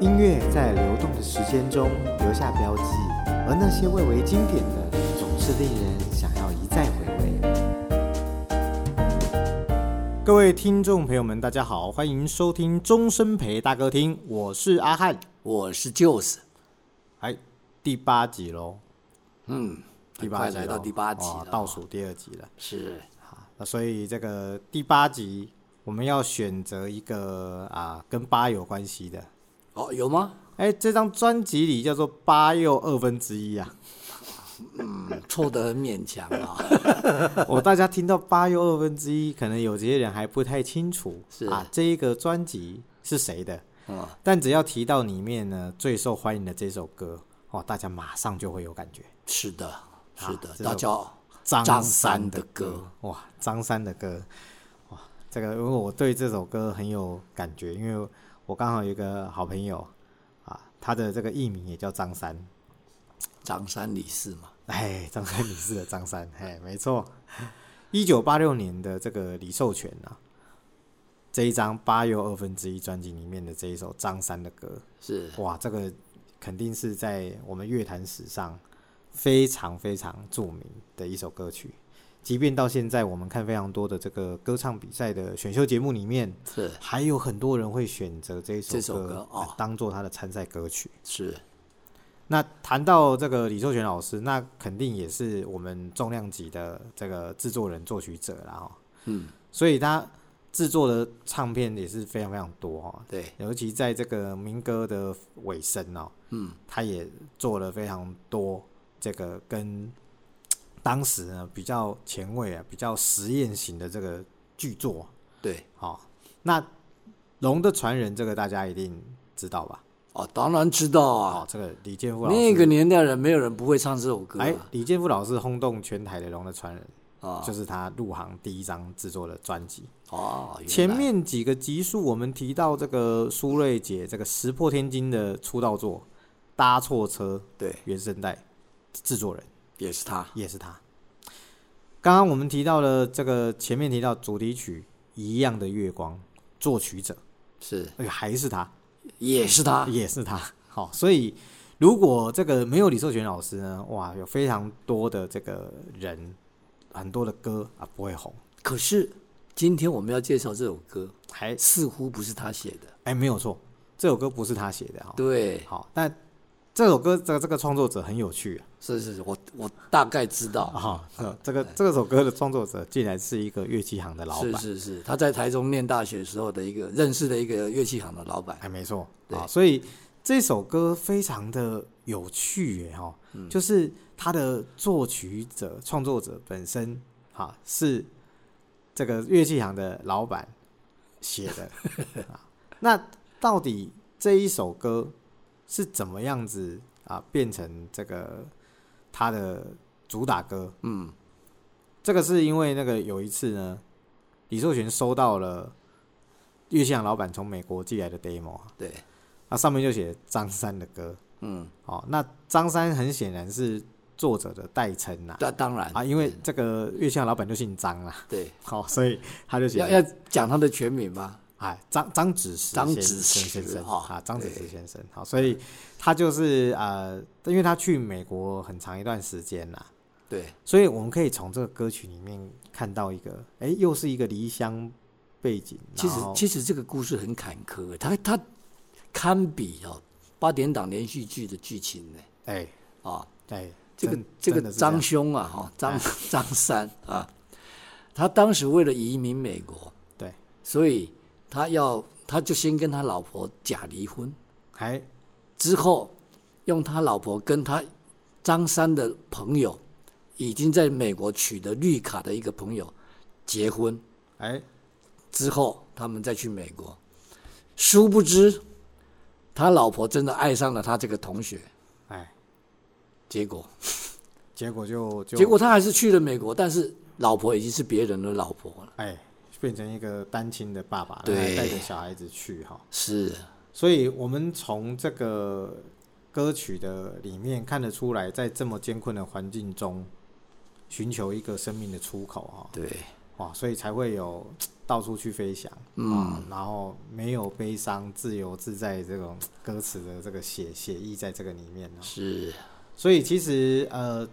音乐在流动的时间中留下标记，而那些蔚为经典的，总是令人想要一再回味。各位听众朋友们，大家好，欢迎收听终身陪大哥听，我是阿汉， 我是 Jules。 第8集咯。 第8集来到第8集了， 倒数第2集了。 是。 那所以这个第8集我们要选择一个跟8有关系的。 有吗？ 这张专辑里叫做8又1/2啊。 错得很勉强啊。 大家听到8又1/2，可能有些人还不太清楚这一个专辑是谁的。但只要提到里面呢最受欢迎的这首歌，大家马上就会有感觉。 是的，它叫张三的歌。 张三的歌，这个因为我对这首歌很有感觉，因为我刚好有一个好朋友他的这个艺名也叫张三， 张三李四嘛。 张三李四的张三，没错。1986年的这个李寿全这一张8又1/2专辑里面的这一首张三的歌， 是这个肯定是在我们乐坛史上非常非常著名的一首歌曲。即便到现在我们看非常多的这个歌唱比赛的选秀节目里面，还有很多人会选择这首歌当做他的参赛歌曲。 是。 那谈到这个李寿全老师，那肯定也是我们重量级的这个制作人作曲者啦。所以他制作的唱片也是非常非常多。 对， 尤其在这个民歌的尾声他也做了非常多这个跟当时呢比较前卫比较实验型的这个剧作。 对， 那龙的传人这个大家一定知道吧？ 当然知道啊。 这个李健夫老师， 那个年代人没有人不会唱这首歌。 李健夫老师轰动全台的龙的传人就是他入行第一张制作的专辑。前面几个集数我们提到这个苏芮姐这个石破天惊的出道作《搭错车》， 对， 原声带制作人也是他。 刚刚我们提到了这个前面提到主题曲《一样的月光》，作曲者是， 还是他， 也是他。 所以如果这个没有李寿全老师呢，有非常多的这个人，很多的歌不会红。 可是今天我们要介绍这首歌，似乎不是他写的。 没有错，这首歌不是他写的。 对， 但这首歌这个创作者很有趣。 是，我大概知道。 这首歌的创作者竟然是一个乐器行的老板。 是，他在台中念大学的时候的一个认识的一个乐器行的老板。 没错。所以这首歌非常的有趣就是他的作曲者创作者本身是这个乐器行的老板写的。那到底这一首歌是怎么样子变成这个他的主打歌？这个是因为那个有一次呢，李寿全收到了乐器行老板从美国寄来的 demo。 对， 上面就写张三的歌。那张三很显然是作者的代称当然因为这个乐器行老板就姓张啦。 对， 所以他就写要讲他的全名吗？ 张子时先生。张子时先生。所以他就是因为他去美国很长一段时间啦。 对， 所以我们可以从这个歌曲里面看到一个又是一个离乡背景。 其实这个故事很坎坷，他堪比8点档连续剧的剧情呢。这个张兄张三他当时为了移民美国，对，所以他就先跟他老婆假离婚，之后用他老婆跟他张三的朋友已经在美国取得绿卡的一个朋友结婚，之后他们再去美国，殊不知他老婆真的爱上了他这个同学，结果他还是去了美国，但是老婆已经是别人的老婆了， 变成一个单亲的爸爸， 对， 带着小孩子去是。 所以我们从这个歌曲的里面看得出来，在这么艰困的环境中寻求一个生命的出口。 对， 所以才会有到处去飞翔，然后没有悲伤，自由自在这种歌词的这个写意在这个里面， 是， 所以其实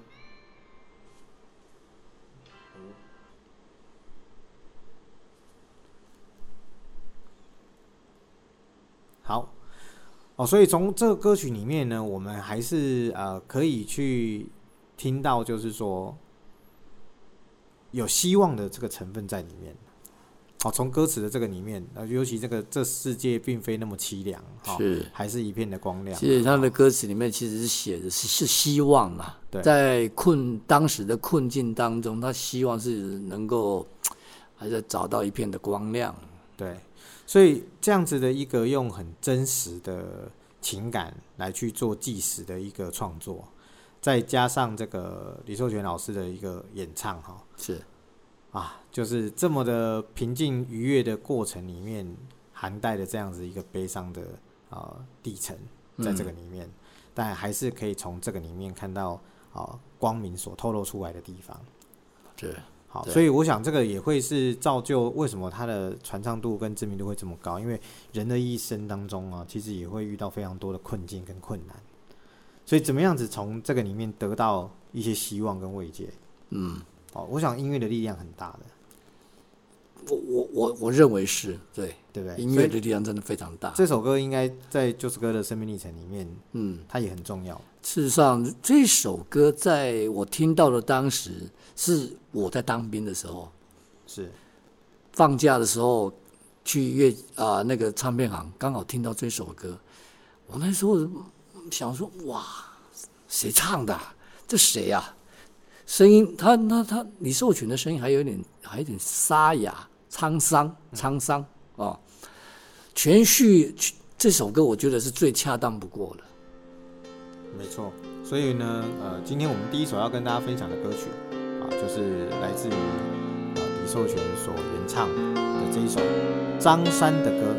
好所以从这个歌曲里面呢，我们还是可以去听到，就是说有希望的这个成分在里面。从歌词的这个里面，尤其这世界并非那么凄凉，是还是一片的光亮。 其实他的歌词里面其实是写的是希望啦，在当时的困境当中，他希望是能够还是找到一片的光亮。 对，所以这样子的一个用很真实的情感来去做纪实的一个创作，再加上这个李寿全老师的一个演唱， 是。 就是这么的平静愉悦的过程里面，含带的这样子一个悲伤的历程在这个里面，但还是可以从这个里面看到光明所透露出来的地方。 对， 好，所以我想这个也会是造就为什么它的传唱度跟知名度会这么高，因为人的一生当中其实也会遇到非常多的困境跟困难，所以怎么样子从这个里面得到一些希望跟慰藉，我想音乐的力量很大的。 我认为是对不对？ 音乐的力量真的非常大。 这首歌应该在就是歌的生命历程里面，它也很重要。 事实上，这首歌在我听到的当时，是我在当兵的时候， 是放假的时候去那个唱片行，刚好听到这首歌。我那时候想说，哇，谁唱的？这谁啊？声音，他李寿全的声音还有点沙哑、沧桑全序这首歌我觉得是最恰当不过的。 没错，所以呢，今天我们第一首要跟大家分享的歌曲就是来自于李寿全所原唱的这一首张三的歌。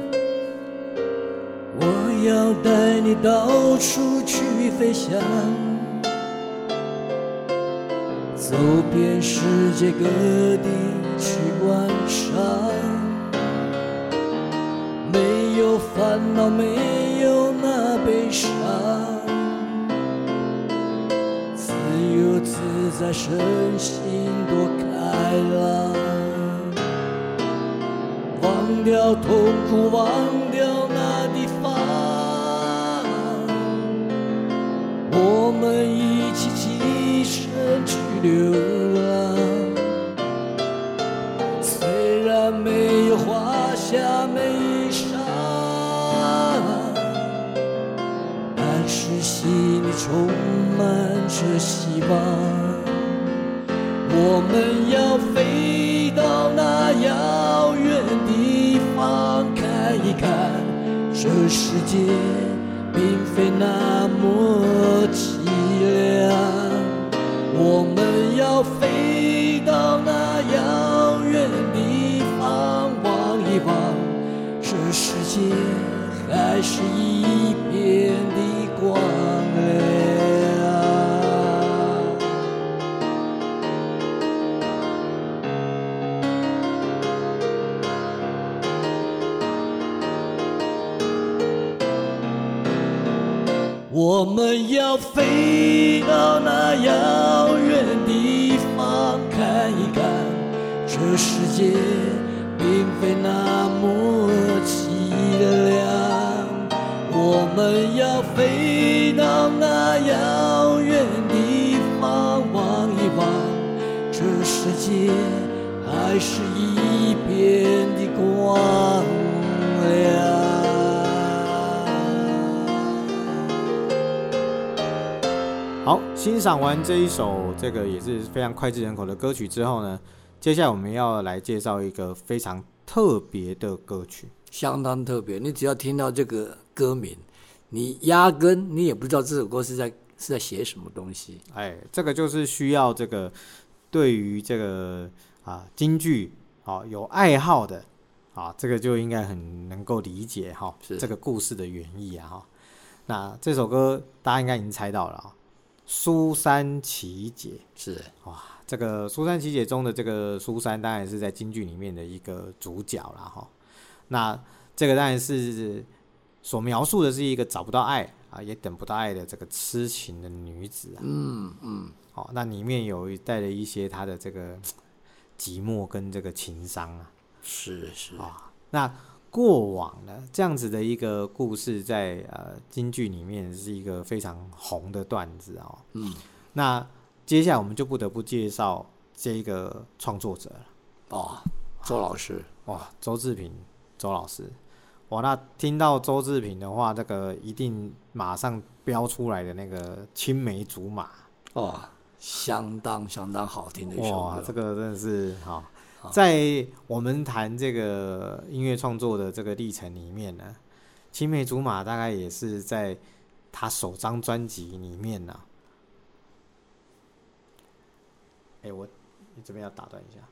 我要带你到处去飞翔，走遍世界各地去观赏，没有烦恼，没有那悲伤，自由自在，身心多开朗，忘掉痛苦，忘掉那地方，我们一起起身去流浪，虽然没有华厦美衣裳，但是心里充满着希望。我们要飞到那遥远地方，看一看这世界并非那么凄凉。我们要飞到那遥远地方，望一望这世界还是一片的光亮。我们要飞到那遥远地方，看一看这世界并非那么凄凉。我们要飞到那遥远地方，望一望这世界还是一片的光亮。 好，欣赏完这一首这个也是非常脍炙人口的歌曲之后呢，接下来我们要来介绍一个非常特别的歌曲， 相当特别。你只要听到这个歌名，你压根你也不知道这首歌是在写什么东西。 这个就是需要这个对于这个京剧有爱好的这个就应该很能够理解这个故事的原意那这首歌大家应该已经猜到了。苏三起解是哇， 这个苏三起解中的这个苏三，当然是在京剧里面的一个主角啦哈。那这个当然是所描述的是一个找不到爱啊，也等不到爱的这个痴情的女子啊。好，那里面有带了一些她的这个寂寞跟这个情伤啊。 是啊，那过往呢这样子的一个故事在京剧里面是一个非常红的段子哦。那接下来我们就不得不介绍这个创作者了。 周老师。 周志平周老师。那听到周志平的话，这个一定马上标出来的那个青梅竹马。 相当好听的一首歌。 这个真的是好。在我们谈这个音乐创作的这个历程里面呢，青梅竹马大概也是在他首张专辑里面呢。你这边要打断一下。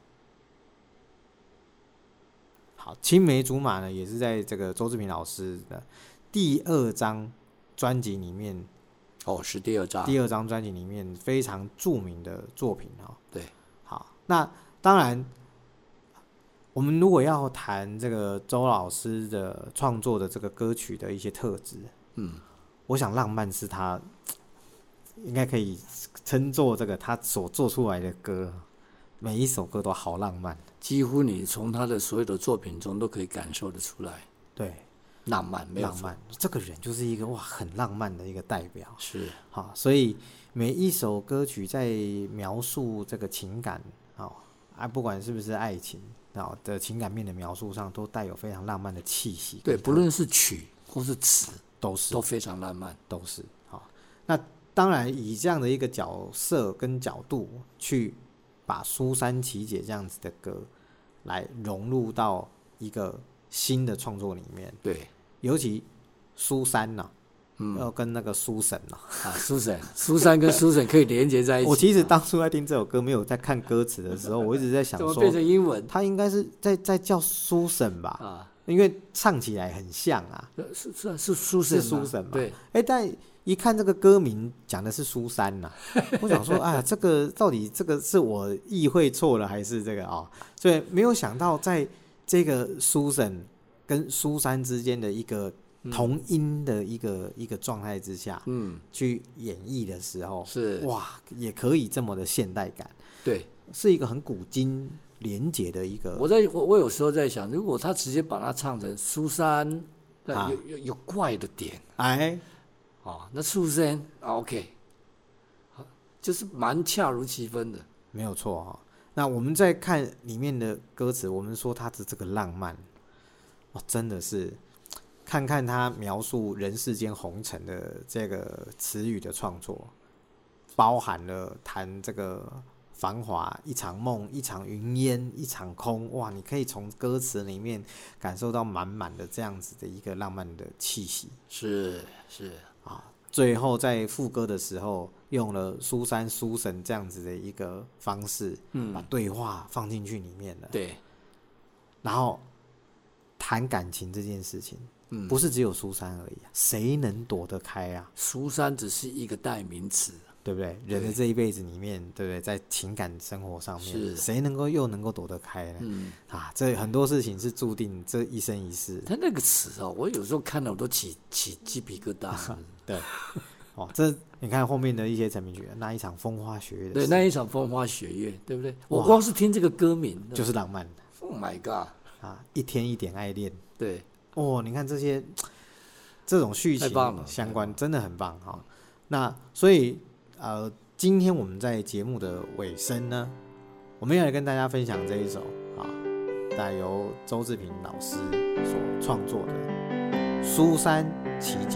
好，青梅竹马呢，也是在这个周志平老师的第2张专辑里面。 是第2张。 第2张专辑里面非常著名的作品哦。 对。 好，那当然，我们如果要谈这个周老师的创作的这个歌曲的一些特质，我想浪漫是他应该可以称作这个他所做出来的歌，每一首歌都好浪漫， 几乎你从他的所有的作品中都可以感受得出来。 对， 浪漫，没有浪漫，这个人就是一个很浪漫的一个代表。 是。 好，所以每一首歌曲在描述这个情感不管是不是爱情的情感面的描述上，都带有非常浪漫的气息。 对，不论是曲或是词， 都非常浪漫， 都是。好，那当然以这样的一个角色跟角度去把苏三起解这样子的歌来融入到一个新的创作里面。 对， 尤其苏三要跟那个苏神苏三跟苏神可以连接在一起。 我其实当初在听这首歌，没有在看歌词的时候，我一直在想说， 怎么变成英文？ 他应该是在叫苏神吧？因为唱起来很像啊。 是苏神， 是苏神嘛？ 对。 但一看这个歌名讲的是苏三我想说，这个到底这个是我意会错了还是这个所以没有想到，在这个苏神跟苏三之间的一个同音的一个状态之下，去演绎的时候， 是也可以这么的现代感。 对， 是一个很古今连结的一个。 我有时候在想，如果他直接把它唱成苏三，有怪的点。那苏三OK， 就是蛮恰如其分的， 没有错那我们再看里面的歌词，我们说他的这个浪漫，真的是看看他描述人世间红尘的这个词语的创作，包含了谈这个繁华一场梦，一场云烟一场空。你可以从歌词里面感受到满满的这样子的一个浪漫的气息。 是最后在副歌的时候用了苏三苏神这样子的一个方式，把对话放进去里面了。 对， 然后谈感情这件事情，不是只有苏三而已谁能躲得开啊？ 苏三只是一个代名词， 对不对？人的这一辈子里面，对不对？在情感生活上面，谁能够躲得开呢？这很多事情是注定这一生一世。 他那个词我有时候看了我都起鸡皮疙瘩。 对，这你看后面的一些成名曲，那一场风花雪月的对，那一场风花雪月，对不对？我光是听这个歌名就是浪漫。 Oh my god！ 一天一点爱恋。 对， 你看这种续情相关真的很棒那所以今天我们在节目的尾声呢，我们要来跟大家分享这一首带由周志平老师所创作的《苏三起解》。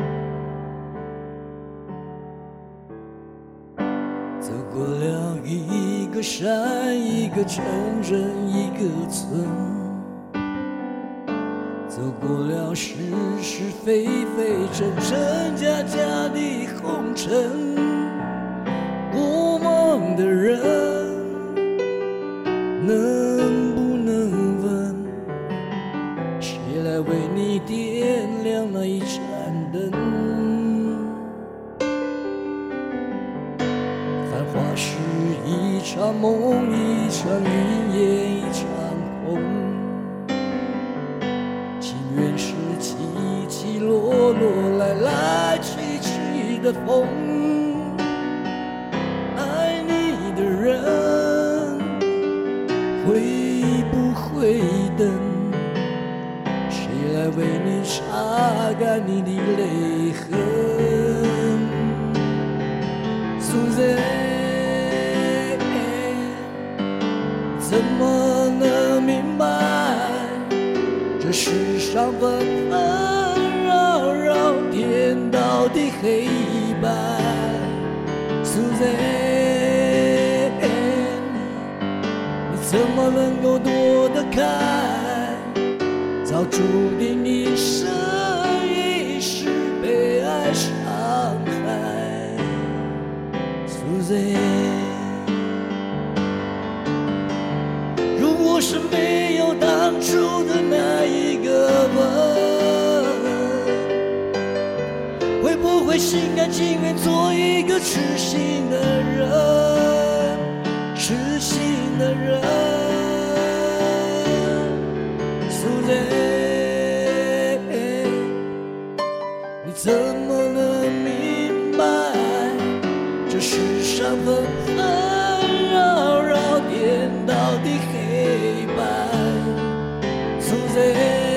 走过了一个山，一个城镇，一个村，走过了是是非非，真真假假的红尘。过梦的人能不能问，谁来为你点亮那一盏灯？繁华是一场场梦，一场云烟，一场空。情缘是起起落落，来来去去的风。爱你的人会不会等？谁来为你擦干你的泪痕？Suzanne，怎么能明白这世上纷纷扰扰颠倒的黑白？Suzanne，你怎么能够躲得开早注定一生一世被爱伤害？Suzanne，如果是没有当初的那一个吻，会不会心甘情愿做一个痴心的人？痴心的人，Suzanne，你怎么能明白这世上纷纷扰扰颠倒的黑白？Suzanne，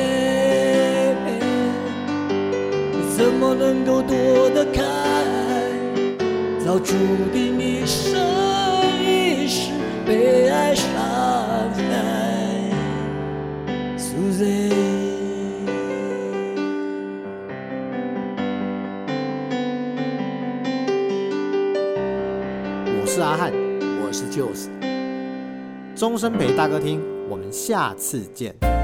你怎么能够躲得开早注定一生一世被爱伤害？Suzanne， 我是阿汉， 我是 Jules， 终身陪大哥听，我们下次见。